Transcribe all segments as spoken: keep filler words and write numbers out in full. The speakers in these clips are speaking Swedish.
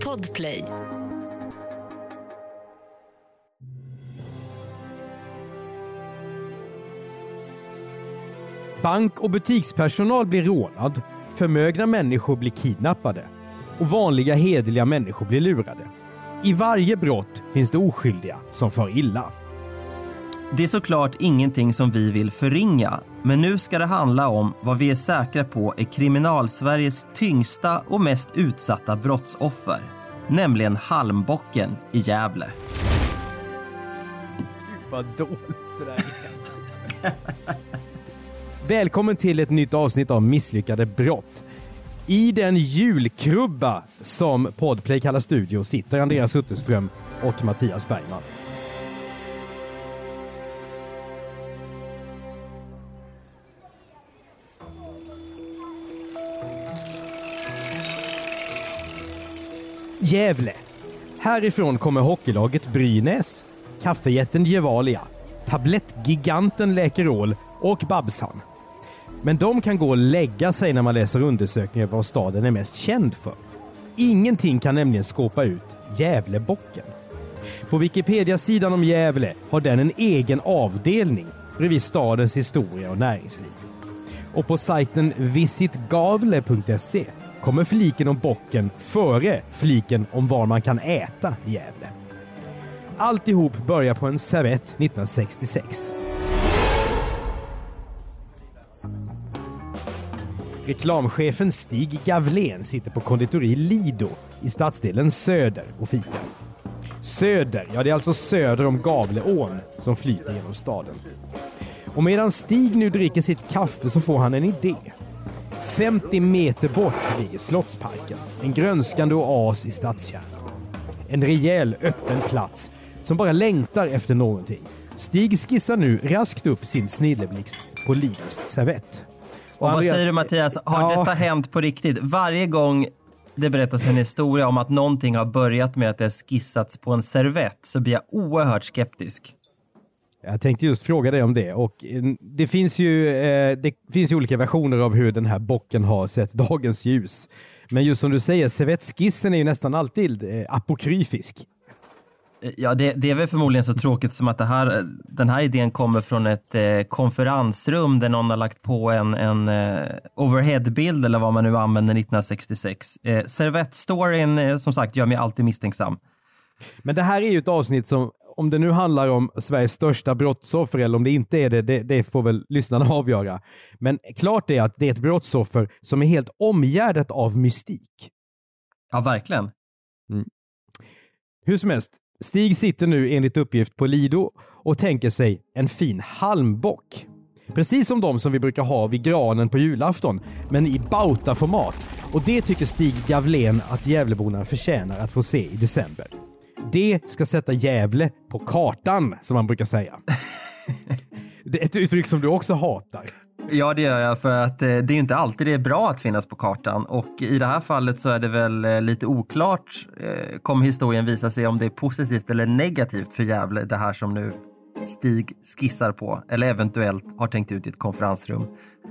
Podplay. Bank- och butikspersonal blir rånad, förmögna människor blir kidnappade och vanliga hederliga människor blir lurade. I varje brott finns det oskyldiga som far illa. Det är såklart ingenting som vi vill förringa, men nu ska det handla om vad vi är säkra på är kriminalsveriges tyngsta och mest utsatta brottsoffer, nämligen Halmbocken i Gävle. Gud vad dåligt det där är. Välkommen till ett nytt avsnitt av Misslyckade brott. I den julkrubba som Podplay kallar studio sitter Andreas Utterström och Mattias Bergman. Gävle. Härifrån kommer hockeylaget Brynäs, kaffejätten Gevalia, tablettgiganten Läkerol och Babsan. Men de kan gå och lägga sig när man läser undersökningar vad staden är mest känd för. Ingenting kan nämligen skåpa ut Gävlebocken. På Wikipedia-sidan om Gävle har den en egen avdelning bredvid stadens historia och näringsliv. Och på sajten visit gavle punkt se kommer fliken om bocken före fliken om var man kan äta i Gävle. Alltihop börjar på en servett nittonhundrasextiosex. Reklamchefen Stig Gavlén sitter på konditori Lido i stadsdelen Söder och fikar. Söder, ja det är alltså söder om Gavleån som flyter genom staden. Och medan Stig nu dricker sitt kaffe så får han en idé. femtio meter bort ligger Slottsparken, en grönskande oas i stadskärnan. En rejäl öppen plats som bara längtar efter någonting. Stig skissar nu raskt upp sin snilleblixt på Lidos servett. Och, och vad Andreas, säger du Mattias, har ja. detta hänt på riktigt? Varje gång det berättas en historia om att någonting har börjat med att det skissats på en servett så blir jag oerhört skeptisk. Jag tänkte just fråga dig om det, och det finns ju eh, det finns ju olika versioner av hur den här bocken har sett dagens ljus. Men just som du säger, servettskissen är ju nästan alltid eh, apokryfisk. Ja, det, det är väl förmodligen så tråkigt som att det här, den här idén kommer från ett eh, konferensrum där någon har lagt på en, en eh, overheadbild eller vad man nu använder nittonhundrasextiosex. Eh, servettstoryn eh, som sagt gör mig alltid misstänksam. Men det här är ju ett avsnitt som, om det nu handlar om Sveriges största brottsoffer eller om det inte är det, det, det får väl lyssnarna avgöra. Men klart är att det är ett brottsoffer som är helt omgärdat av mystik. Ja, verkligen. Mm. Hur som helst, Stig sitter nu enligt uppgift på Lido och tänker sig en fin halmbock. Precis som de som vi brukar ha vid granen på julafton, men i bautaformat. Och det tycker Stig Gavlén att Gävleborna förtjänar att få se i december. Det ska sätta Gävle på kartan, som man brukar säga. Det är ett uttryck som du också hatar. Ja, det gör jag, för att eh, det är inte alltid det är bra att finnas på kartan. Och i det här fallet så är det väl eh, lite oklart eh, kommer historien visa sig om det är positivt eller negativt för Gävle, det här som nu Stig skissar på eller eventuellt har tänkt ut i ett konferensrum.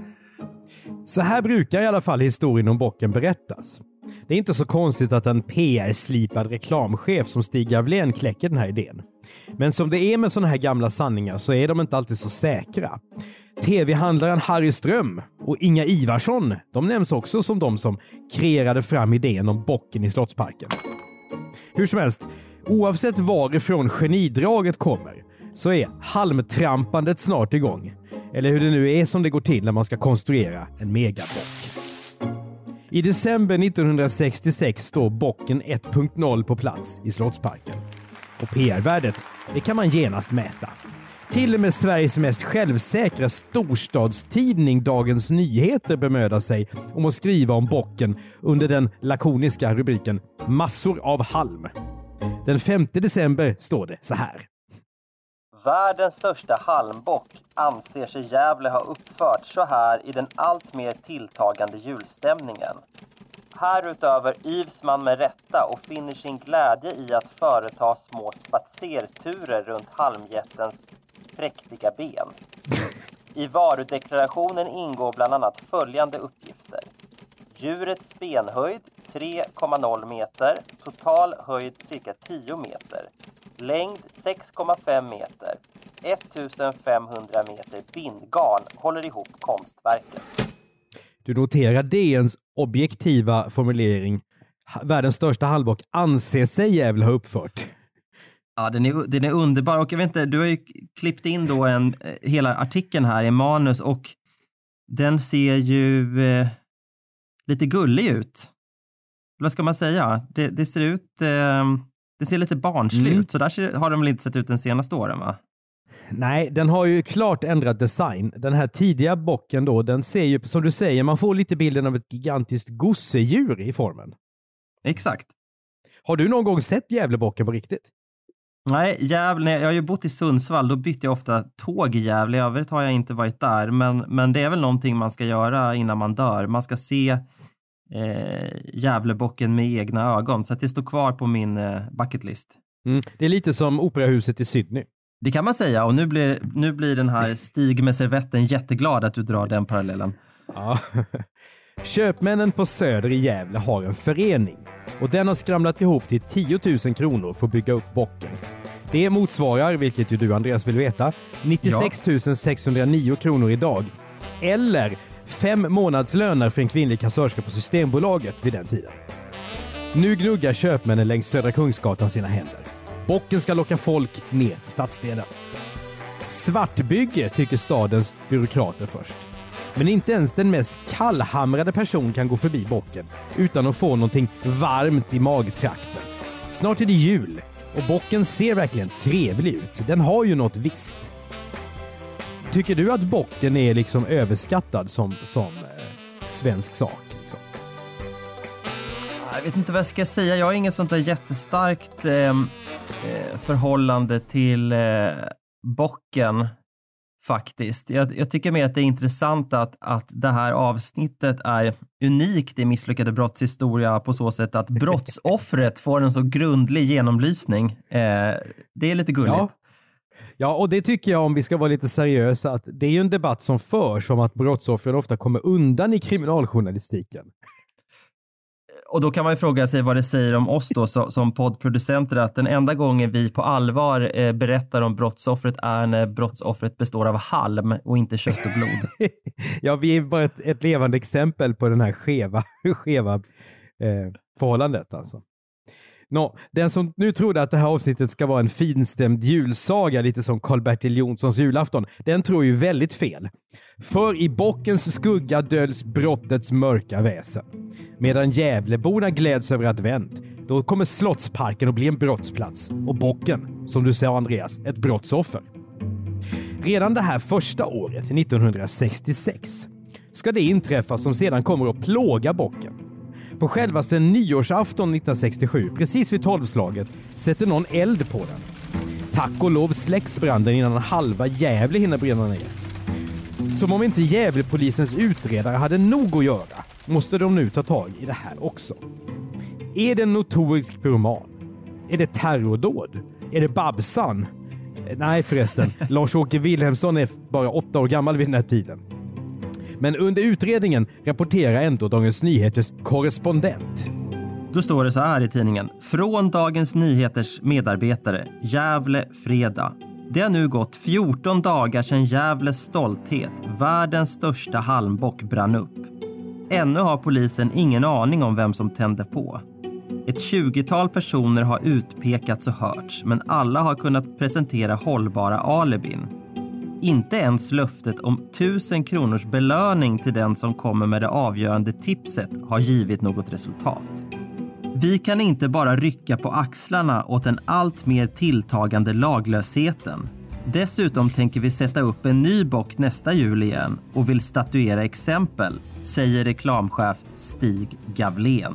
Så här brukar i alla fall historien om bocken berättas. Det är inte så konstigt att en P R-slipad reklamchef som Stig Gavlén kläcker den här idén. Men som det är med såna här gamla sanningar så är de inte alltid så säkra. T V-handlaren Harry Ström och Inga Ivarsson, de nämns också som de som kreerade fram idén om bocken i Slottsparken. Hur som helst, oavsett varifrån genidraget kommer så är halmtrampandet snart igång. Eller hur det nu är som det går till när man ska konstruera en megabock. I december nittonhundrasextiosex står bocken ett punkt noll på plats i Slottsparken. Och P R-värdet, det kan man genast mäta. Till och med Sveriges mest självsäkra storstadstidning Dagens Nyheter bemödar sig om att skriva om bocken under den lakoniska rubriken Massor av halm. Den femte december står det så här. Världens största halmbock anser sig Gävle ha uppfört så här i den allt mer tilltagande julstämningen. Härutöver yvs man med rätta och finner sin glädje i att företa små spatserturer runt halmjättens präktiga ben. I varudeklarationen ingår bland annat följande uppgifter. Djurets benhöjd tre komma noll meter, total höjd cirka tio meter, längd sex komma fem meter, ettusenfemhundra meter bindgarn håller ihop konstverket. Du noterar D N:s objektiva formulering. Världens största hallbock anser sig Gävle ha uppfört. Ja, den är, den är underbar. Och jag vet inte, du har ju klippt in då en, hela artikeln här i manus och den ser ju eh, lite gullig ut. Vad ska man säga? Det, det ser ut, eh, det ser lite barnsligt mm. ut. Så där ser, har de väl inte sett ut den senaste åren, va? Nej, den har ju klart ändrat design. Den här tidiga bocken då, den ser ju, som du säger, man får lite bilden av ett gigantiskt gosedjur i formen. Exakt. Har du någon gång sett Gävlebocken på riktigt? Nej, Gävle, jag har ju bott i Sundsvall, då bytte jag ofta tåg i Gävle. I övrigt har jag inte varit där, men, men det är väl någonting man ska göra innan man dör. Man ska se eh, Gävlebocken med egna ögon, så att det står kvar på min eh, bucketlist. Mm, det är lite som operahuset i Sydney. Det kan man säga, och nu blir, nu blir den här Stig med servetten jätteglad att du drar den parallellen. Ja. Köpmännen på Söder i Gävle har en förening och den har skramlat ihop till tio tusen kronor för att bygga upp bocken. Det motsvarar, vilket ju du Andreas vill veta, nittiosex tusen sexhundranio kronor idag. Eller fem månadslöner för en kvinnlig kassörska på Systembolaget vid den tiden. Nu gnuggar köpmännen längs Södra Kungsgatan sina händer. Bocken ska locka folk ner till stadsdelen. Svartbygge tycker stadens byråkrater först. Men inte ens den mest kallhamrade person kan gå förbi bocken utan att få någonting varmt i magtrakten. Snart är det jul och bocken ser verkligen trevlig ut. Den har ju något visst. Tycker du att bocken är liksom överskattad som, som eh, svensk sak? Liksom? Jag vet inte vad jag ska säga. Jag har inget sånt där jättestarkt eh, förhållande till eh, bocken. Faktiskt. Jag, jag tycker mer att det är intressant att, att det här avsnittet är unikt i misslyckade brottshistoria på så sätt att brottsoffret får en så grundlig genomlysning. Eh, det är lite gulligt. Ja. ja, och det tycker jag, om vi ska vara lite seriösa, att det är ju en debatt som förs om att brottsoffren ofta kommer undan i kriminaljournalistiken. Och då kan man ju fråga sig vad det säger om oss då som, som poddproducenter, att den enda gången vi på allvar eh, berättar om brottsoffret är när brottsoffret består av halm och inte kött och blod. Ja, vi är bara ett, ett levande exempel på den här skeva, skeva eh, förhållandet alltså. Nå, den som nu trodde att det här avsnittet ska vara en finstämd julsaga, lite som Karl-Bertil Jonssons julafton, den tror ju väldigt fel. För i bockens skugga döljs brottets mörka väsen. Medan Gävleborna gläds över advent, då kommer Slottsparken att bli en brottsplats. Och bocken, som du sa Andreas, ett brottsoffer. Redan det här första året, nittonhundrasextiosex, ska det inträffa som sedan kommer att plåga bocken. På självaste nyårsafton nittonhundrasextiosju, precis vid tolvslaget, sätter någon eld på den. Tack och lov släcks branden innan halva Gävle hinner brinna ner. Som om inte Gävlepolisens utredare hade nog att göra, måste de nu ta tag i det här också. Är det en notorisk pyroman? Är det terrordåd? Är det Babsan? Nej förresten, Lars-Åke Wilhelmsson är bara åtta år gammal vid den här tiden. Men under utredningen rapporterar ändå Dagens Nyheters korrespondent. Då står det så här i tidningen. Från Dagens Nyheters medarbetare, Gävle fredag. Det har nu gått fjorton dagar sedan Gävles stolthet, världens största halmbock, brann upp. Ännu har polisen ingen aning om vem som tände på. Ett tjugotal personer har utpekats och hörts, men alla har kunnat presentera hållbara alibin. Inte ens löftet om tusen kronors belöning till den som kommer med det avgörande tipset har givit något resultat. Vi kan inte bara rycka på axlarna åt den allt mer tilltagande laglösheten. Dessutom tänker vi sätta upp en ny bock nästa jul igen och vill statuera exempel, säger reklamchef Stig Gavlén.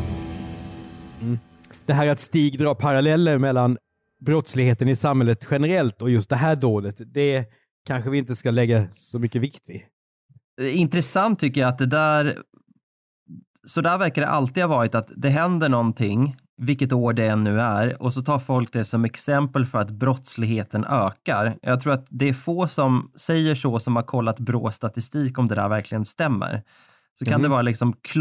Mm. Det här att Stig drar paralleller mellan brottsligheten i samhället generellt och just det här dådet, det kanske vi inte ska lägga så mycket vikt vid. Intressant tycker jag att det där, så där verkar det alltid ha varit, att det händer någonting, vilket år det än nu är, och så tar folk det som exempel för att brottsligheten ökar. Jag tror att det är få som säger så som har kollat Brå statistik om det där verkligen stämmer. Så kan mm. det vara liksom klotter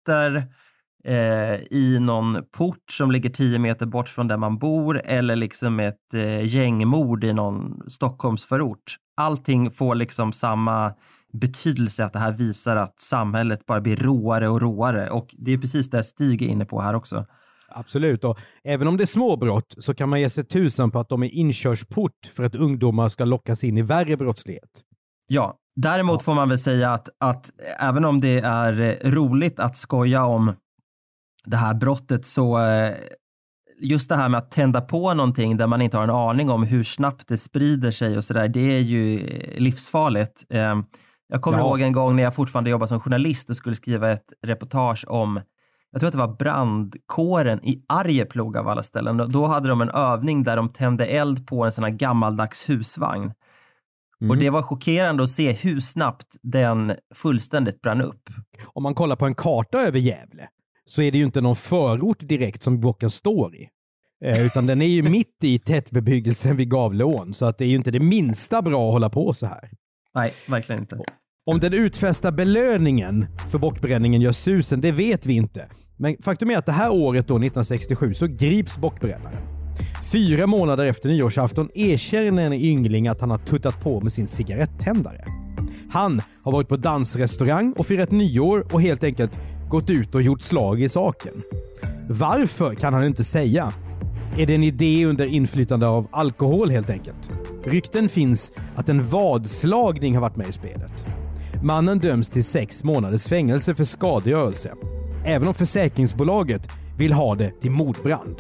sitter eh, i någon port som ligger tio meter bort från där man bor, eller liksom ett eh, gängmord i någon Stockholmsförort. Allting får liksom samma betydelse, att det här visar att samhället bara blir råare och råare, och det är precis det Stig är inne på här också. Absolut, och även om det är småbrott så kan man ge sig tusan på att de är inkörsport för att ungdomar ska lockas in i värre brottslighet. Ja, däremot ja. får man väl säga att, att även om det är roligt att skoja om det här brottet, så just det här med att tända på någonting där man inte har en aning om hur snabbt det sprider sig och sådär, det är ju livsfarligt. Jag kommer ja. ihåg en gång när jag fortfarande jobbade som journalist och skulle skriva ett reportage om, jag tror att det var brandkåren i Arjeplog av alla ställen. Då hade de en övning där de tände eld på en sån här gammaldags husvagn. Mm. Och det var chockerande att se hur snabbt den fullständigt brann upp. Om man kollar på en karta över Gävle så är det ju inte någon förort direkt som bocken står i. Eh, utan den är ju mitt i tättbebyggelsen vid Gavleån. Så att det är ju inte det minsta bra att hålla på så här. Nej, verkligen inte. Om den utfästa belöningen för bockbränningen gör susen, det vet vi inte. Men faktum är att det här året då, nittonhundrasextiosju, så grips bockbrännaren. Fyra månader efter nyårsafton erkänner en yngling att han har tuttat på med sin cigarettändare. Han har varit på dansrestaurang och firat nyår och helt enkelt gått ut och gjort slag i saken. Varför kan han inte säga? Är det en idé under inflytande av alkohol helt enkelt? Rykten finns att en vadslagning har varit med i spelet. Mannen döms till sex månaders fängelse för skadegörelse. Även om försäkringsbolaget vill ha det till mordbrand.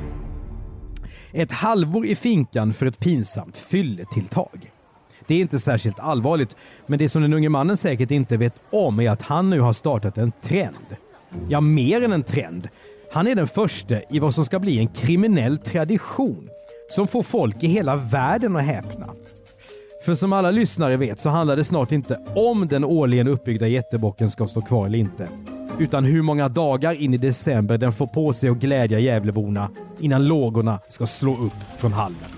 Ett halvår i finkan för ett pinsamt fylletilltag. Det är inte särskilt allvarligt, men det som den unge mannen säkert inte vet om är att han nu har startat en trend. Ja, mer än en trend. Han är den första i vad som ska bli en kriminell tradition som får folk i hela världen att häpna. För som alla lyssnare vet så handlar det snart inte om den årligen uppbyggda jättebocken ska stå kvar eller inte, utan hur många dagar in i december den får på sig att glädja Gävleborna innan lågorna ska slå upp från hallen.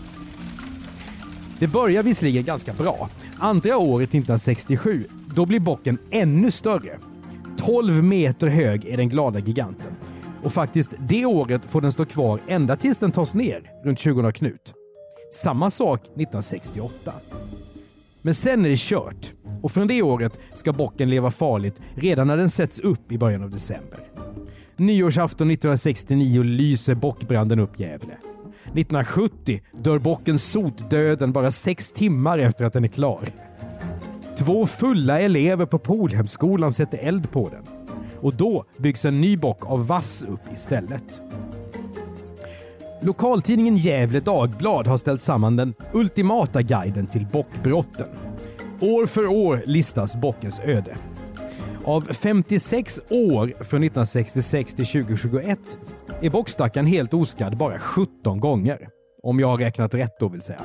Det börjar visserligen ganska bra. Andra året nittonhundrasextiosju, då blir bocken ännu större. tolv meter hög är den glada giganten. Och faktiskt det året får den stå kvar ända tills den tas ner runt tjugonde Knut. Samma sak nittonhundrasextioåtta. Men sen är det kört. Och från det året ska bocken leva farligt redan när den sätts upp i början av december. Nyårsafton nittonhundrasextionio lyser bockbranden upp Gävle. nittonhundrasjuttio dör bocken sotdöden bara sex timmar efter att den är klar. Två fulla elever på Polhemskolan sätter eld på den. Och då byggs en ny bock av vass upp istället. Lokaltidningen Gävle Dagblad har ställt samman den ultimata guiden till bockbrotten. År för år listas bockens öde. Av femtiosex år från nittonhundrasextiosex till tjugohundratjugoett är bockstackaren helt oskadd bara sjutton gånger. Om jag har räknat rätt då vill säga.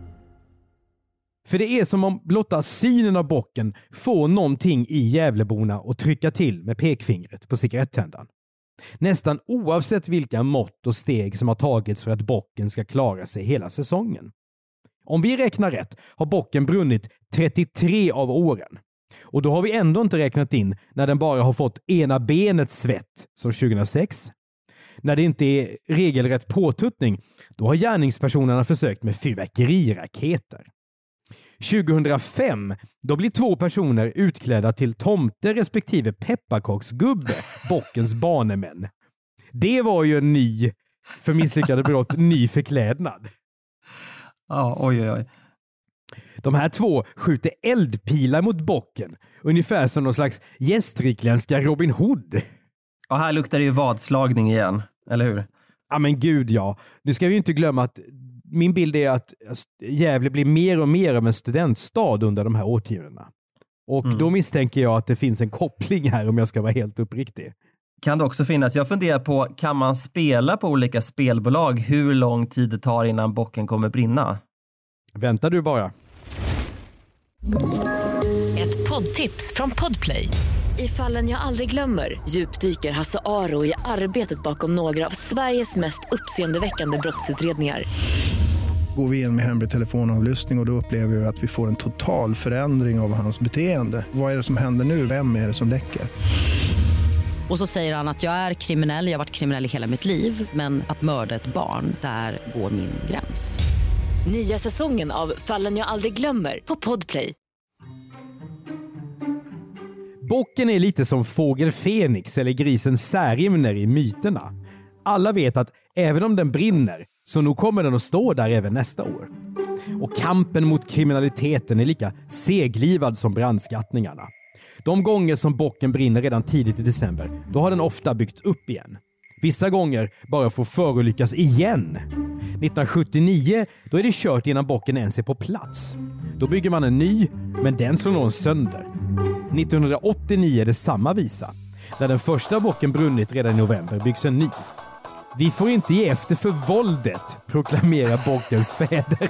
För det är som om blotta synen av bocken får någonting i Gävleborna att trycka till med pekfingret på cigarettändaren. Nästan oavsett vilka mått och steg som har tagits för att bocken ska klara sig hela säsongen. Om vi räknar rätt har bocken brunnit trettiotre av åren. Och då har vi ändå inte räknat in när den bara har fått ena benet svett som tjugohundrasex. När det inte är regelrätt påtuttning, då har gärningspersonerna försökt med fyrverkeriraketer. tjugohundrafem, då blir två personer utklädda till tomte respektive pepparkaksgubbe, bockens banemän. Det var ju en ny, för misslyckade brott, ny förklädnad. Ja, oj, oj, oj. De här två skjuter eldpilar mot bocken, ungefär som någon slags gästrikländska Robin Hood. Och här luktar det ju vadslagning igen, eller hur? Ja men gud ja. Nu ska vi ju inte glömma att min bild är att Gävle blir mer och mer av en studentstad under de här årtiondena. Och mm. då misstänker jag att det finns en koppling här om jag ska vara helt uppriktig. Kan det också finnas, jag funderar på, kan man spela på olika spelbolag hur lång tid det tar innan bocken kommer brinna? Väntar du bara. Ett poddtips från Podplay. I Fallen jag aldrig glömmer djupdyker Hasse Aro i arbetet bakom några av Sveriges mest uppseendeväckande brottsutredningar. Går vi in med hemlig telefonavlyssning och då upplever vi att vi får en total förändring av hans beteende. Vad är det som händer nu? Vem är det som läcker? Och så säger han att jag är kriminell, jag har varit kriminell i hela mitt liv. Men att mörda ett barn, där går min gräns. Nya säsongen av Fallen jag aldrig glömmer på Podplay. Bocken är lite som fågel Fenix eller grisen Särimner i myterna. Alla vet att även om den brinner så nog kommer den att stå där även nästa år. Och kampen mot kriminaliteten är lika seglivad som brandskattningarna. De gånger som bocken brinner redan tidigt i december, då har den ofta byggts upp igen. Vissa gånger bara får förolyckas igen. nittonhundrasjuttionio, då är det kört innan bocken ens är på plats. Då bygger man en ny, men den slår någon sönder. nittonhundraåttionio är det samma visa. När den första bocken brunnit redan i november byggs en ny. Vi får inte ge efter för våldet, proklamerar bockens fäder.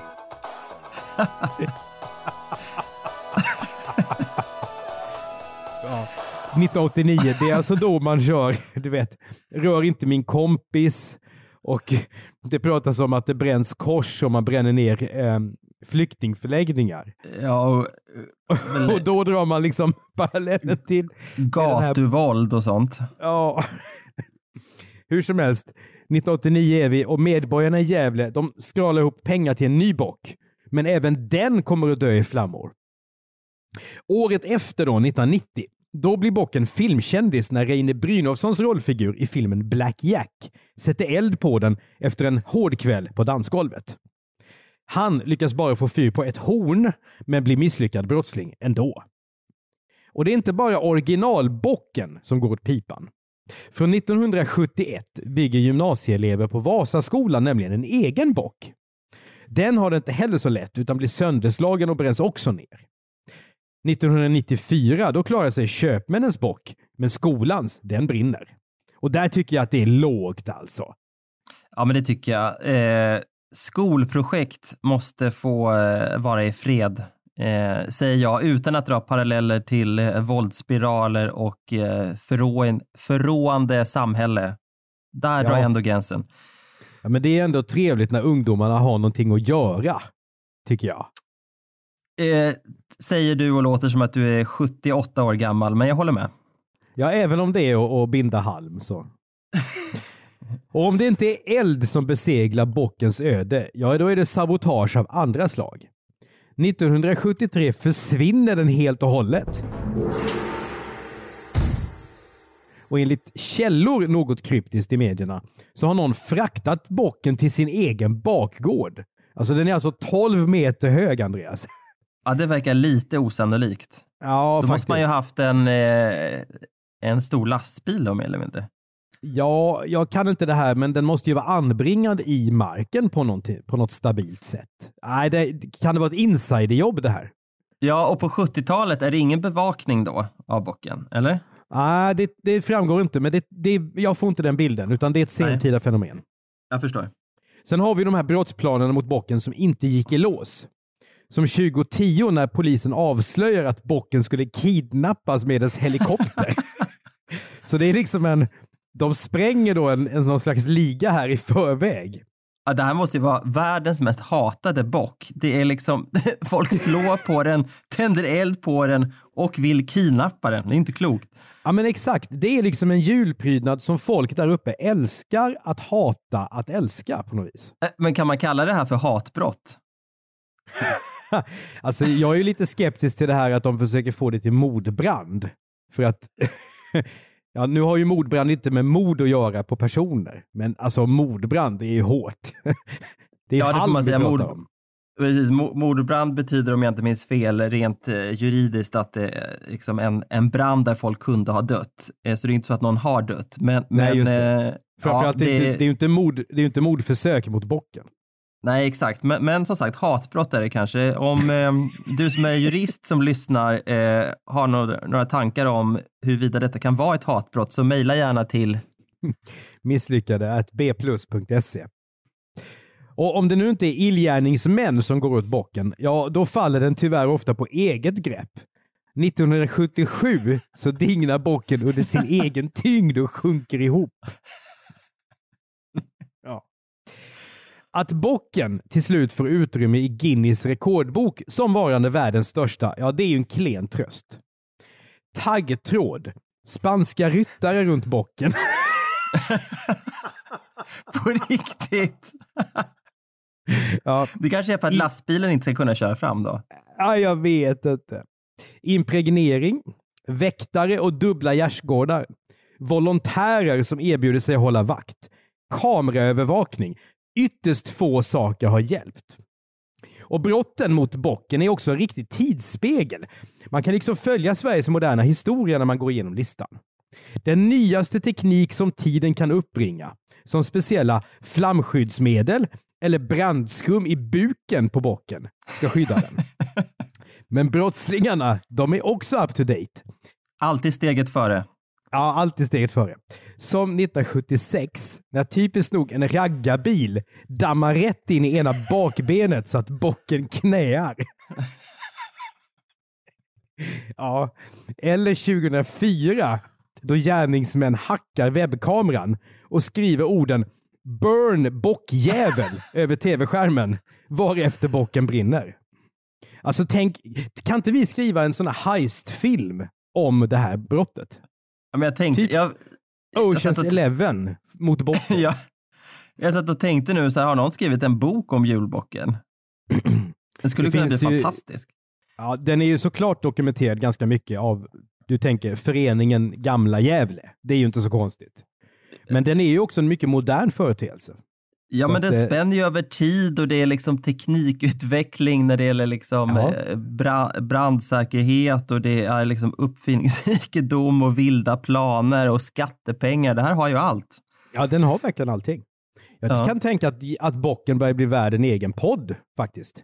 Ja. nittonhundraåttionio, det är alltså då man kör, du vet, rör inte min kompis, och det pratas om att det bränns kors och man bränner ner eh, flyktingförläggningar. Ja, och, men, och då drar man liksom parallellen till gatuvåld och sånt. Ja, hur som helst, nittonhundraåttionio är vi och medborgarna i Gävle, de skralar ihop pengar till en ny bock, men även den kommer att dö i flammor. Året efter då, nittonhundranittio, då blir bocken filmkändis när Reine Brynolfssons rollfigur i filmen Black Jack sätter eld på den efter en hård kväll på dansgolvet. Han lyckas bara få fyr på ett horn, men blir misslyckad brottsling ändå. Och det är inte bara originalbocken som går åt pipan. Från nittonhundrasjuttioett bygger gymnasieelever på Vasaskolan nämligen en egen bock. Den har det inte heller så lätt utan blir sönderslagen och bränns också ner. nittonhundranittiofyra, då klarar sig köpmännens bock, men skolans, den brinner. Och där tycker jag att det är lågt alltså. Ja, men det tycker jag. Eh, skolprojekt måste få eh, vara i fred, eh, säger jag, utan att dra paralleller till eh, våldsspiraler och eh, förråen, förråande samhälle. Där Ja. drar jag ändå gränsen. Ja, men det är ändå trevligt när ungdomarna har någonting att göra, tycker jag. Eh, säger du och låter som att du är sjuttioåtta år gammal, men jag håller med. Ja, även om det är att, att binda halm så. Och om det inte är eld som beseglar bockens öde, ja då är det sabotage av andra slag. nittonhundrasjuttiotre försvinner den helt och hållet. Och enligt källor något kryptiskt i medierna så har någon fraktat bocken till sin egen bakgård. Alltså den är alltså tolv meter hög, Andreas. Ja, det verkar lite osannolikt. Ja, Då faktiskt. måste man ju haft en, eh, en stor lastbil då, mer eller mindre. Ja, jag kan inte det här, men den måste ju vara anbringad i marken på något, på något stabilt sätt. Nej, det, kan det vara ett insiderjobb det här? Ja, och på sjuttiotalet är det ingen bevakning då av bocken, eller? Nej, det, det framgår inte, men det, det, jag får inte den bilden, utan det är ett sentida Nej. fenomen. Jag förstår. Sen har vi de här brottsplanerna mot bocken som inte gick i lås. Som tjugohundratio när polisen avslöjar att bocken skulle kidnappas med dess helikopter. Så det är liksom en... De spränger då en, en sån slags liga här i förväg. Ja, det här måste ju vara världens mest hatade bock. Det är liksom, folk slår på den, tänder eld på den och vill kidnappa den. Det är inte klokt. Ja, men exakt. Det är liksom en julprydnad som folk där uppe älskar att hata att älska på något vis. Men kan man kalla det här för hatbrott? Alltså jag är ju lite skeptisk till det här att de försöker få det till mordbrand. För att ja, nu har ju mordbrand inte med mord att göra på personer. Men alltså mordbrand, det är ju hårt. Det är Ja, det får man säga. Mord, om. precis, mordbrand betyder, om jag inte minns fel, rent eh, juridiskt att det är liksom en, en brand där folk kunde ha dött. Eh, så det är inte så att någon har dött. Men, Nej, men, just det. Eh, Framförallt ja, det, det, det, det är ju inte mord, det är ju inte mordförsök mot bocken. Nej, exakt. Men, men som sagt, hatbrott är det kanske. Om eh, du som är jurist som lyssnar eh, har några, några tankar om huruvida detta kan vara ett hatbrott, så mejla gärna till misslyckade at b plus punkt se. Och om det nu inte är illgärningsmän som går åt bocken, ja då faller den tyvärr ofta på eget grepp. nittonhundrasjuttiosju så dignar bocken under sin egen tyngd och sjunker ihop. Ja. Att bocken till slut får utrymme i Guinness rekordbok som varande världens största, ja det är ju en klen tröst. Taggtråd, Spanska ryttare runt bocken. På riktigt? Ja. Det kanske är för att lastbilen inte ska kunna köra fram då. Ja, jag vet inte. Impregnering, väktare och dubbla gärdsgårdar. Volontärer som erbjuder sig att hålla vakt. Kameraövervakning. Ytterst få saker har hjälpt. Och brotten mot bocken är också en riktig tidsspegel. Man kan liksom följa Sveriges moderna historia när man går igenom listan. Den nyaste teknik som tiden kan uppbringa, som speciella flamskyddsmedel eller brandskum i buken på bocken, ska skydda den. Men brottslingarna, de är också up to date. Alltid steget före. Ja, alltid steget före. Som nittonhundrasjuttiosex, när typiskt nog en raggarbil dammar rätt in i ena bakbenet så att bocken knäar. Ja, eller tjugohundrafyra, då gärningsmän hackar webbkameran och skriver orden "Burn bockjävel" över tv-skärmen, varefter bocken brinner. Alltså tänk, kan inte vi skriva en sån här heist-film om det här brottet? Ja, men jag tänkte... Typ jag, Oceans jag Eleven mot bocken. ja, jag satt och tänkte nu, så här, har någon skrivit en bok om julbocken? Den skulle Det kunna bli finns ju- fantastisk. Ja, den är ju såklart dokumenterad ganska mycket av, du tänker, föreningen Gamla Gävle. Det är ju inte så konstigt. Men den är ju också en mycket modern företeelse. Ja, Så men att, det eh, spänner ju över tid och det är liksom teknikutveckling när det gäller liksom Ja. eh, bra, brandsäkerhet och det är liksom uppfinningsrikedom och vilda planer och skattepengar. Det här har ju allt. Ja, den har verkligen allting. Jag Ja. kan tänka att, att bocken börjar bli värd en egen podd, faktiskt.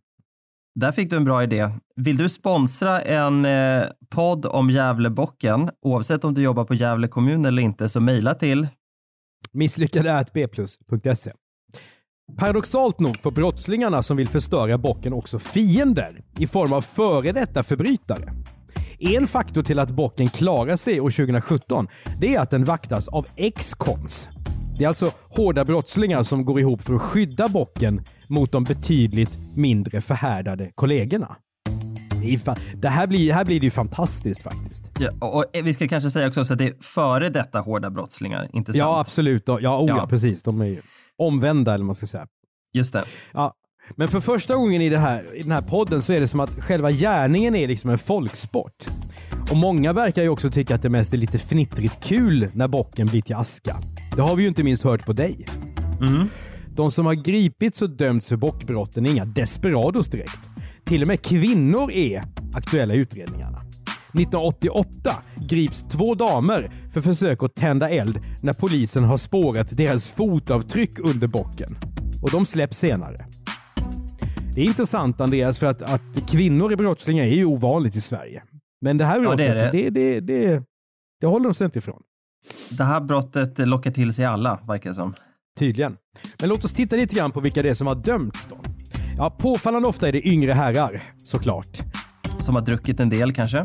Där fick du en bra idé. Vill du sponsra en eh, podd om Gävlebocken, oavsett om du jobbar på Gävle kommun eller inte, så mejla till... Misslyckade at b plus punkt se. Paradoxalt nog får brottslingarna som vill förstöra bocken också fiender i form av före detta förbrytare. En faktor till att bocken klarar sig år tjugosjutton, det är att den vaktas av ex-cons. Det är alltså hårda brottslingar som går ihop för att skydda bocken mot de betydligt mindre förhärdade kollegorna. Det, är fa- det här, blir, här blir det ju fantastiskt faktiskt. Ja, och, och vi ska kanske säga också att det är före detta hårda brottslingar, inte sant? Ja, absolut. Ja, oh, ja. Ja. precis. De är ju omvända, eller vad man ska säga. Just det. Ja. Men för första gången i, det här, i den här podden så är det som att själva gärningen är liksom en folksport. Och många verkar ju också tycka att det mest är lite fnittrigt kul när bocken blir till aska. Det har vi ju inte minst hört på dig. Mm. De som har gripits och dömts för bockbrotten är inga desperados direkt. Till och med kvinnor är aktuella i utredningarna. nittonhundraåttioåtta grips två damer för försök att tända eld när polisen har spårat deras fotavtryck under bocken. Och de släpps senare. Det är intressant, Andreas, för att, att kvinnor i brottslingar är ju ovanligt i Sverige. Men det här Ja, det är brottet, det. det, det, det, det håller de sig inte ifrån. Det här brottet lockar till sig alla, verkar det som. Tydligen. Men låt oss titta lite grann på vilka det är som har dömts då. Ja, påfallande ofta är det yngre herrar, såklart. Som har druckit en del kanske.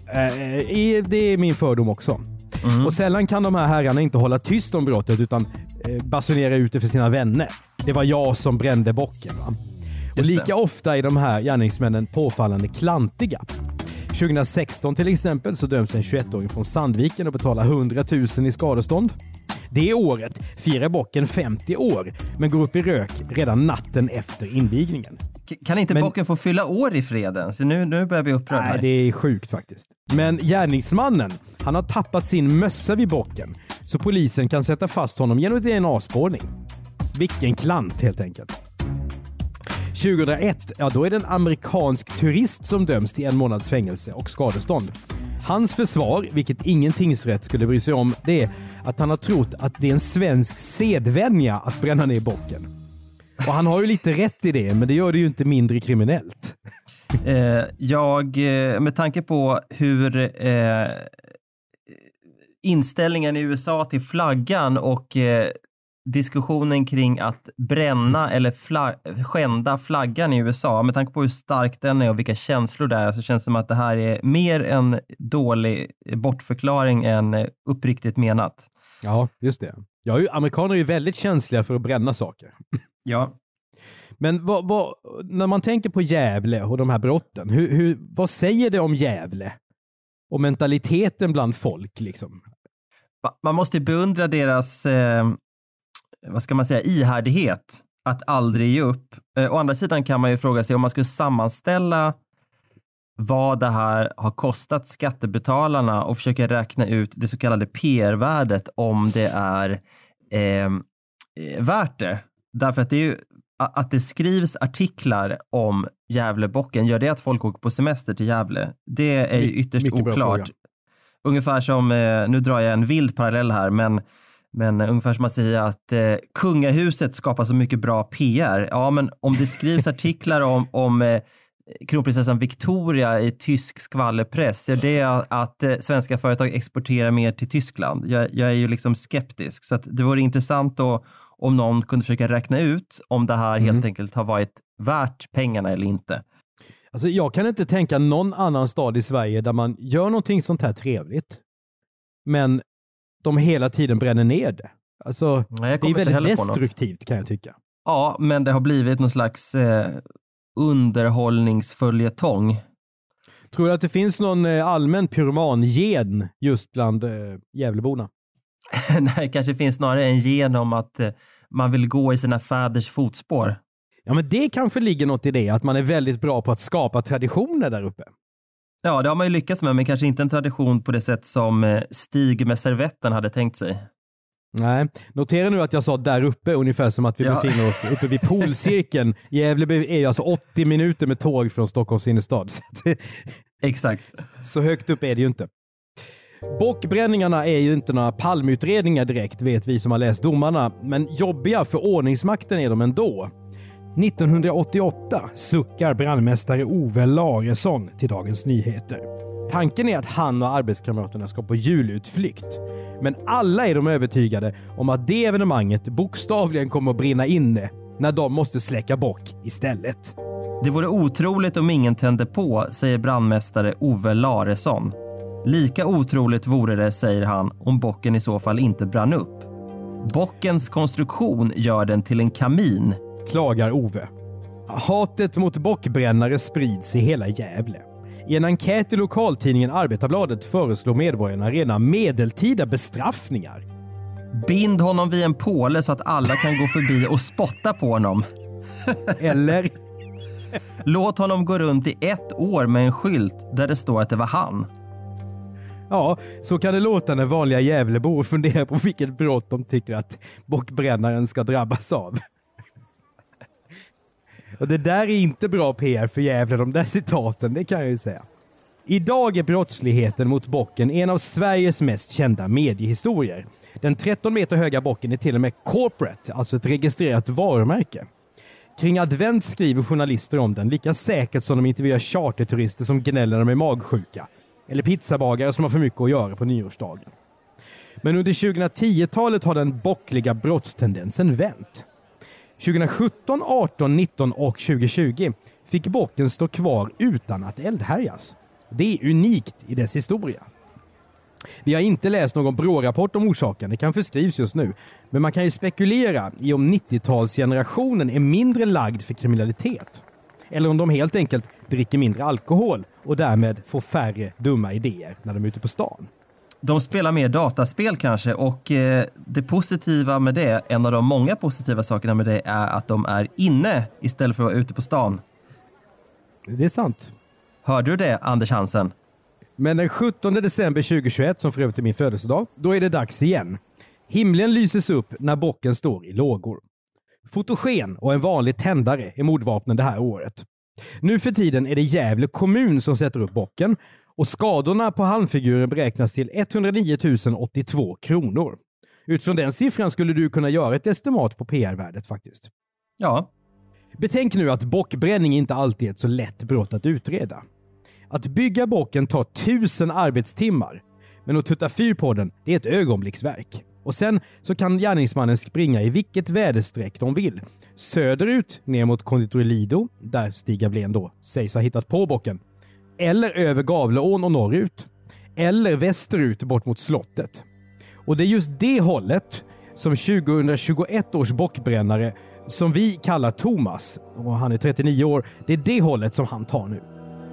Eh, det är min fördom också. Mm. Och sällan kan de här herrarna inte hålla tyst om brottet utan eh, basunera ut det för sina vänner. Det var jag som brände bocken, va? Och Just lika det. ofta är de här gärningsmännen påfallande klantiga. tjugohundrasexton till exempel så döms en tjugoettåring från Sandviken och betalar hundratusen i skadestånd. Det året firar bocken femtio år men går upp i rök redan natten efter invigningen. K- kan inte Men- bocken få fylla år i freden? Så nu, nu börjar vi uppröra. Nej, det är sjukt faktiskt. Men gärningsmannen, han har tappat sin mössa vid bocken så polisen kan sätta fast honom genom D N A-spårning. Vilken klant helt enkelt. tjugohundraett, ja då är det en amerikansk turist som döms till en månads fängelse och skadestånd. Hans försvar, vilket ingen tingsrätt skulle bry sig om, det är att han har trott att det är en svensk sedvänja att bränna ner bocken. Och han har ju lite rätt i det, men det gör det ju inte mindre kriminellt. Eh, jag, eh, med tanke på hur eh, inställningen i U S A till flaggan och eh, diskussionen kring att bränna eller fla- skända flaggan i U S A, med tanke på hur stark den är och vilka känslor det är, så känns det som att det här är mer en dålig bortförklaring än uppriktigt menat. Ja, just det. Ja, ju- amerikaner är ju väldigt känsliga för att bränna saker. Ja. Men vad, vad, när man tänker på Gävle och de här brotten, hur, hur, vad säger det om Gävle? och mentaliteten bland folk liksom. Man måste beundra deras, eh, vad ska man säga, ihärdighet att aldrig ge upp. Eh, å andra sidan kan man ju fråga sig om man skulle sammanställa vad det här har kostat skattebetalarna och försöka räkna ut det så kallade P R-värdet om det är eh, värt det. Därför att det är ju att det skrivs artiklar om Gävlebocken, gör det att folk åker på semester till Gävle? Det är ju ytterst My, oklart. Ungefär som, nu drar jag en vild parallell här, men, men ungefär som man säger att eh, kungahuset skapar så mycket bra P R. Ja, men om det skrivs artiklar om, om eh, kronprinsessan Victoria i tysk skvallerpress, är det att eh, svenska företag exporterar mer till Tyskland? Jag, jag är ju liksom skeptisk, så att det vore intressant att om någon kunde försöka räkna ut om det här mm. helt enkelt har varit värt pengarna eller inte. Alltså jag kan inte tänka någon annan stad i Sverige där man gör någonting sånt här trevligt, men de hela tiden bränner ner det. Alltså Nej, det är väldigt destruktivt kan jag tycka. Ja, men det har blivit någon slags eh, underhållningsföljetong. Tror du att det finns någon eh, allmän pyroman-gen just bland eh, Gävleborna? Nej, kanske finns snarare en gen om att eh, man vill gå i sina fäders fotspår. Ja, men det kanske ligger något i det, att man är väldigt bra på att skapa traditioner där uppe. Ja, det har man ju lyckats med, men kanske inte en tradition på det sätt som eh, Stig med servetten hade tänkt sig. Nej, notera nu att jag sa där uppe ungefär som att vi ja. befinner oss uppe vid polcirkeln. Gävle är ju alltså åttio minuter med tåg från Stockholms innerstad. Exakt. Så högt upp är det ju inte. Bockbränningarna är ju inte några palmutredningar direkt, vet vi som har läst domarna, men jobbiga för ordningsmakten är de ändå. nittonhundraåttioåtta suckar brandmästare Ove Laresson till Dagens Nyheter. Tanken är att han och arbetskamraterna ska på julutflykt. Men alla är de övertygade om att det evenemanget bokstavligen kommer att brinna inne när de måste släcka bock istället. Det vore otroligt om ingen tände på, säger brandmästare Ove Laresson. Lika otroligt vore det, säger han, om bocken i så fall inte brann upp. Bockens konstruktion gör den till en kamin, klagar Ove. Hatet mot bockbrännare sprids i hela Gävle. I en enkät i lokaltidningen Arbetarbladet föreslår medborgarna rena medeltida bestraffningar. Bind honom vid en påle så att alla kan gå förbi och spotta på honom. Eller? Låt honom gå runt i ett år med en skylt där det står att det var han. Ja, så kan det låta när vanliga Gävlebor funderar på vilket brott de tycker att bockbrännaren ska drabbas av. Och det där är inte bra P R för Gävle, de där citaten, det kan jag ju säga. Idag är brottsligheten mot bocken en av Sveriges mest kända mediehistorier. Den tretton meter höga bocken är till och med corporate, alltså ett registrerat varumärke. Kring advent skriver journalister om den lika säkert som de intervjuar charterturister som gnäller när de är magsjuka. Eller pizzabagare som har för mycket att göra på nyårsdagen. Men under tjugohundratio-talet har den bockliga brottstendensen vänt. tjugosjutton, arton, nitton och tjugohundratjugo fick bocken stå kvar utan att eldhärjas. Det är unikt i dess historia. Vi har inte läst någon Brå-rapport om orsaken, det kanske skrivs just nu. Men man kan ju spekulera i om nittiotalsgenerationen är mindre lagd för kriminalitet. Eller om de helt enkelt dricker mindre alkohol och därmed får färre dumma idéer när de är ute på stan. De spelar mer dataspel kanske, och eh, det positiva med det, en av de många positiva sakerna med det, är att de är inne istället för att vara ute på stan. Det är sant. Hörde du det, Anders Hansen? Men den sjuttonde december tjugohundratjugoett, som för övrigt är min födelsedag, då är det dags igen. Himlen lyses upp när bocken står i lågor. Fotogen och en vanlig tändare är mordvapnen det här året. Nu för tiden är det Gävle kommun som sätter upp bocken, och skadorna på halmfiguren beräknas till etthundranio tusen åttiotvå kronor. Utifrån den siffran skulle du kunna göra ett estimat på P R-värdet faktiskt. Ja. Betänk nu att bockbränning inte alltid är ett så lätt brott att utreda. Att bygga bocken tar tusen arbetstimmar, men att tutta fyr på den, det är ett ögonblicksverk. Och sen så kan gärningsmannen springa i vilket väderstreck de vill. Söderut ner mot Konditori Lido, där Stig Gavlén då sägs ha hittat på bocken. Eller över Gavleån och norrut. Eller västerut bort mot slottet. Och det är just det hållet som tjugohundratjugoett års bockbrännare, som vi kallar Thomas, och han är trettionio år, det är det hållet som han tar nu.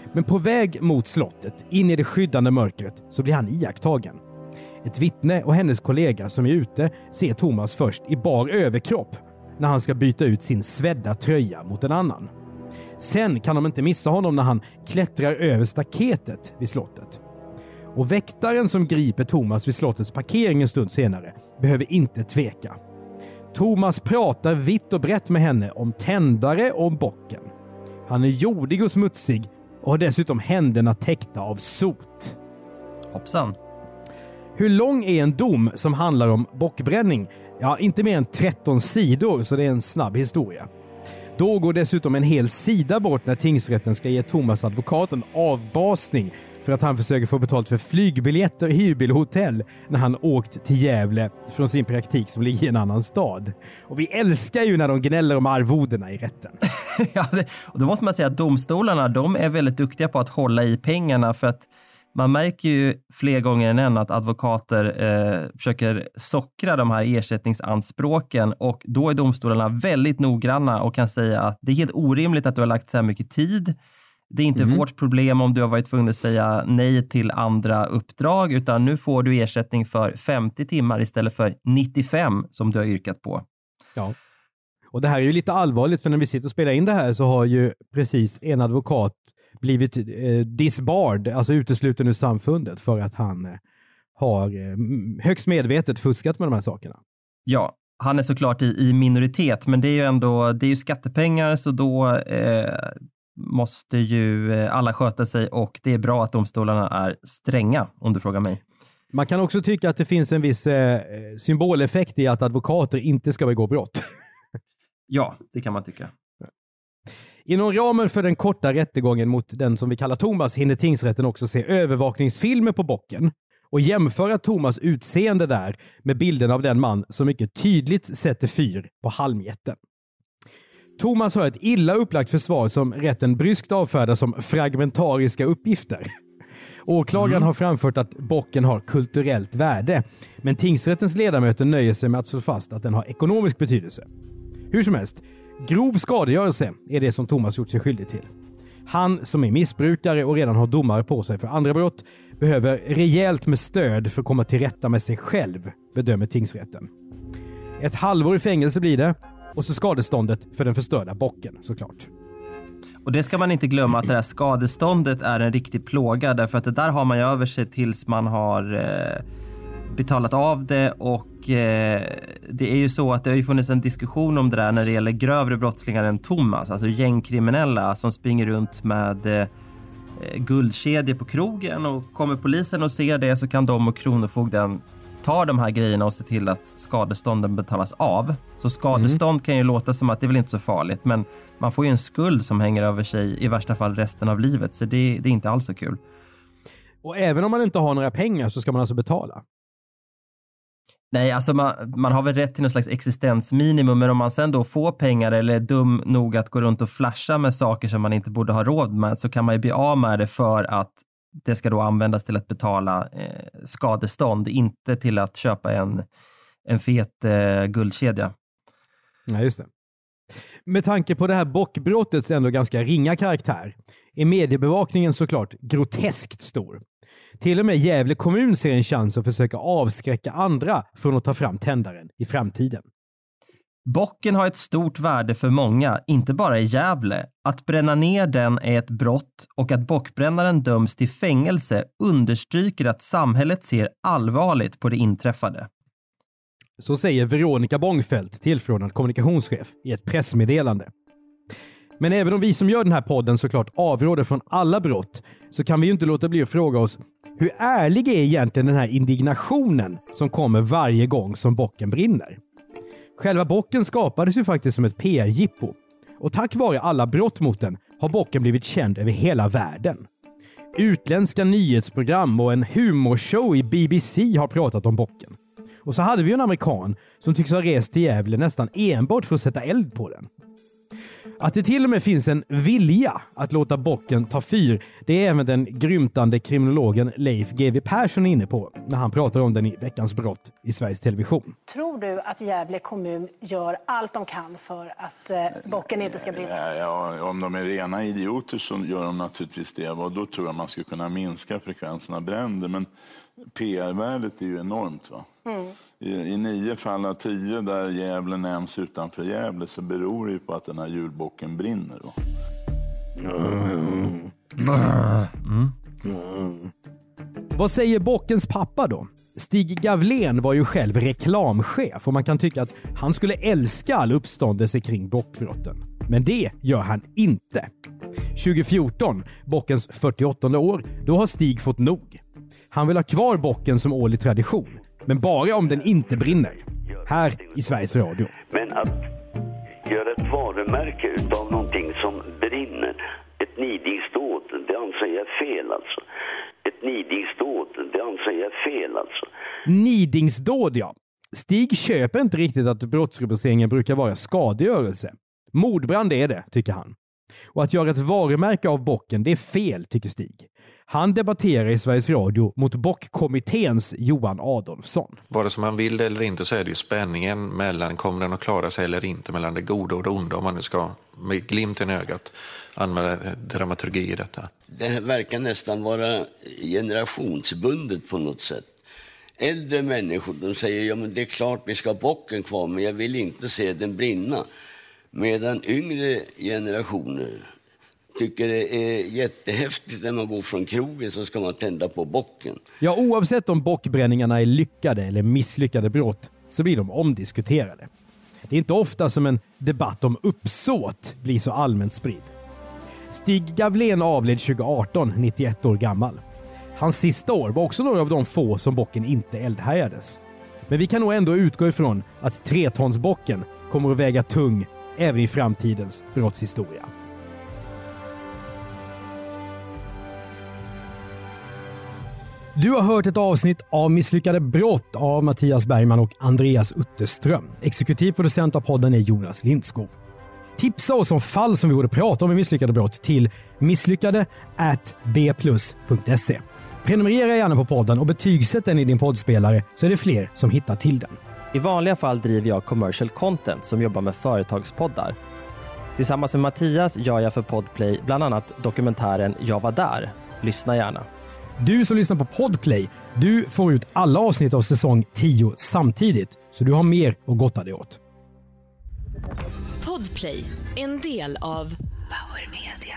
Men på väg mot slottet, in i det skyddande mörkret, så blir han iakttagen. Ett vittne och hennes kollega som är ute ser Thomas först i bar överkropp när han ska byta ut sin svedda tröja mot en annan. Sen kan de inte missa honom när han klättrar över staketet vid slottet. Och väktaren som griper Thomas vid slottets parkering en stund senare behöver inte tveka. Thomas pratar vitt och brett med henne om tändare och om bocken. Han är jordig och smutsig och har dessutom händerna täckta av sot. Hoppsan. Hur lång är en dom som handlar om bockbränning? Ja, inte mer än tretton sidor, så det är en snabb historia. Då går dessutom en hel sida bort när tingsrätten ska ge Thomas advokat en avbasning för att han försöker få betalt för flygbiljetter, hyrbil och hotell när han åkt till Gävle från sin praktik som ligger i en annan stad. Och vi älskar ju när de gnäller om arvodena i rätten. Ja, det, och då måste man säga att domstolarna, de är väldigt duktiga på att hålla i pengarna, för att man märker ju fler gånger än en att advokater eh, försöker sockra de här ersättningsanspråken, och då är domstolarna väldigt noggranna och kan säga att det är helt orimligt att du har lagt så här mycket tid. Det är inte mm. vårt problem om du har varit tvungen att säga nej till andra uppdrag, utan nu får du ersättning för femtio timmar istället för nittiofem som du har yrkat på. Ja, och det här är ju lite allvarligt, för när vi sitter och spelar in det här så har ju precis en advokat blivit eh, disbarred, alltså utesluten ur samfundet för att han eh, har eh, högst medvetet fuskat med de här sakerna. Ja, han är såklart i, i minoritet, men det är ju ändå det är ju skattepengar, så då eh, måste ju eh, alla sköta sig, och det är bra att domstolarna är stränga, om du frågar mig. Man kan också tycka att det finns en viss eh, symboleffekt i att advokater inte ska begå brott. Ja, det kan man tycka. Inom ramen för den korta rättegången mot den som vi kallar Thomas hinner tingsrätten också se övervakningsfilmer på bocken och jämföra Thomas utseende där med bilden av den man som mycket tydligt sätter fyr på halmjätten. Thomas har ett illa upplagt försvar som rätten bryskt avfärdar som fragmentariska uppgifter. Åklagaren mm. har framfört att bocken har kulturellt värde, men tingsrättens ledamöter nöjer sig med att slå fast att den har ekonomisk betydelse. Hur som helst, grov skadegörelse är det som Thomas gjort sig skyldig till. Han som är missbrukare och redan har domar på sig för andra brott behöver rejält med stöd för att komma till rätta med sig själv, bedömer tingsrätten. Ett halvår i fängelse blir det, och så skadeståndet för den förstörda bocken såklart. Och det ska man inte glömma, att det här skadeståndet är en riktig plåga, därför att det där har man ju över sig tills man har eh, betalat av det, och eh, det är ju så att det har ju funnits en diskussion om det där när det gäller grövre brottslingar än Thomas, alltså gängkriminella som springer runt med eh, guldkedjor på krogen, och kommer polisen och ser det så kan de och kronofogden ta de här grejerna och se till att skadestånden betalas av. Så skadestånd mm. kan ju låta som att det är väl inte så farligt, men man får ju en skuld som hänger över sig i värsta fall resten av livet, så det, det är inte alls så kul. Och även om man inte har några pengar så ska man alltså betala? Nej, alltså man, man har väl rätt till någon slags existensminimum, men om man sen då får pengar eller är dum nog att gå runt och flasha med saker som man inte borde ha råd med, så kan man ju bli av med det för att det ska då användas till att betala eh, skadestånd, inte till att köpa en, en fet eh, guldkedja. Nej, just det. Med tanke på det här bockbrottets ändå ganska ringa karaktär är mediebevakningen såklart groteskt stor. Till och med Gävle kommun ser en chans att försöka avskräcka andra från att ta fram tändaren i framtiden. Bocken har ett stort värde för många, inte bara i Gävle. Att bränna ner den är ett brott, och att bockbrännaren döms till fängelse understryker att samhället ser allvarligt på det inträffade. Så säger Veronica Bångfeldt, tillförordnad kommunikationschef, i ett pressmeddelande. Men även om vi som gör den här podden såklart avråder från alla brott, så kan vi ju inte låta bli att fråga oss, hur ärlig är egentligen den här indignationen som kommer varje gång som bocken brinner? Själva bocken skapades ju faktiskt som ett P R-jippo, och tack vare alla brott mot den har bocken blivit känd över hela världen. Utländska nyhetsprogram och en humorshow i B B C har pratat om bocken. Och så hade vi en amerikan som tycks ha rest till Gävle nästan enbart för att sätta eld på den. Att det till och med finns en vilja att låta bocken ta fyr, det är även den grymtande kriminologen Leif G W Persson inne på när han pratar om den i Veckans brott i Sveriges Television. Tror du att Gävle kommun gör allt de kan för att eh, bocken inte ska brinna? Ja, ja, om de är rena idioter så gör de naturligtvis det. Och då tror jag man ska kunna minska frekvensen av bränder. Men P R-värdet är ju enormt, va? Mm. I, I nio fall av tio där Gävle nämns utanför Gävle så beror det ju på att den här julbocken brinner. Va? Mm. Mm. Mm. Vad säger bockens pappa då? Stig Gavlén var ju själv reklamchef och man kan tycka att han skulle älska all uppståndelse kring bockbrotten. Men det gör han inte. tjugo fjorton, bockens fyrtioåttonde år, då har Stig fått nog. Han vill ha kvar bocken som årlig tradition, men bara om den inte brinner. Här i Sveriges Radio. Men att göra ett varumärke utav någonting som brinner, ett nidingsdåd, det anser jag fel alltså. Ett nidingsdåd, det anser jag fel alltså. Nidingsdåd, ja. Stig köper inte riktigt att brottsrubriceringen brukar vara skadegörelse. Mordbrand är det, tycker han. Och att göra ett varumärke av bocken, det är fel, tycker Stig. Han debatterar i Sveriges Radio mot bockkommitténs Johan Adolfsson. Vare som man vill det eller inte så är det ju spänningen mellan kommer den att klara sig eller inte, mellan det goda och det onda, om man nu ska med glimten i ögat använda dramaturgi i detta. Det verkar nästan vara generationsbundet på något sätt. Äldre människor, de säger ja men det är klart vi ska ha bocken kvar men jag vill inte se den brinna. Medan yngre generationer tycker det är jättehäftigt när man går från krogen så ska man tända på bocken. Ja, oavsett om bockbränningarna är lyckade eller misslyckade brott så blir de omdiskuterade. Det är inte ofta som en debatt om uppsåt blir så allmänt spridd. Stig Gavlén avled tjugo arton, nittioett år gammal. Hans sista år var också några av de få som bocken inte eldhärjades. Men vi kan nog ändå utgå ifrån att tretonsbocken kommer att väga tung även i framtidens brottshistoria. Du har hört ett avsnitt av Misslyckade brott av Mattias Bergman och Andreas Utterström. Exekutivproducent av podden är Jonas Lindskov. Tipsa oss om fall som vi borde prata om i Misslyckade brott till misslyckade at b plus punkt se. Prenumerera gärna på podden och betygsätt den i din poddspelare så är det fler som hittar till den. I vanliga fall driver jag Commercial Content som jobbar med företagspoddar. Tillsammans med Mattias gör jag för Podplay bland annat dokumentären Jag var där. Lyssna gärna. Du som lyssnar på Podplay, du får ut alla avsnitt av säsong tio samtidigt så du har mer att gotta dig åt. Podplay, en del av Power Media.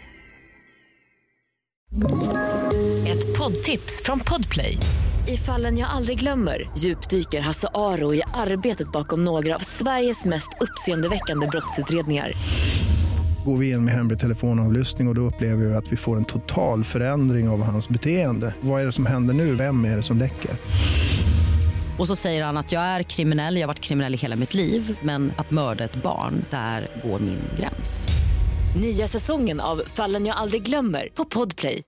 Ett poddtips från Podplay. I fallen jag aldrig glömmer djupdyker Hasse Aro i arbetet bakom några av Sveriges mest uppseendeväckande brottsutredningar. Går vi in med hemlig telefonavlyssning och då upplever vi att vi får en total förändring av hans beteende. Vad är det som händer nu? Vem är det som läcker? Och så säger han att jag är kriminell, jag har varit kriminell i hela mitt liv. Men att mörda ett barn, där går min gräns. Nya säsongen av Fallen jag aldrig glömmer på Podplay.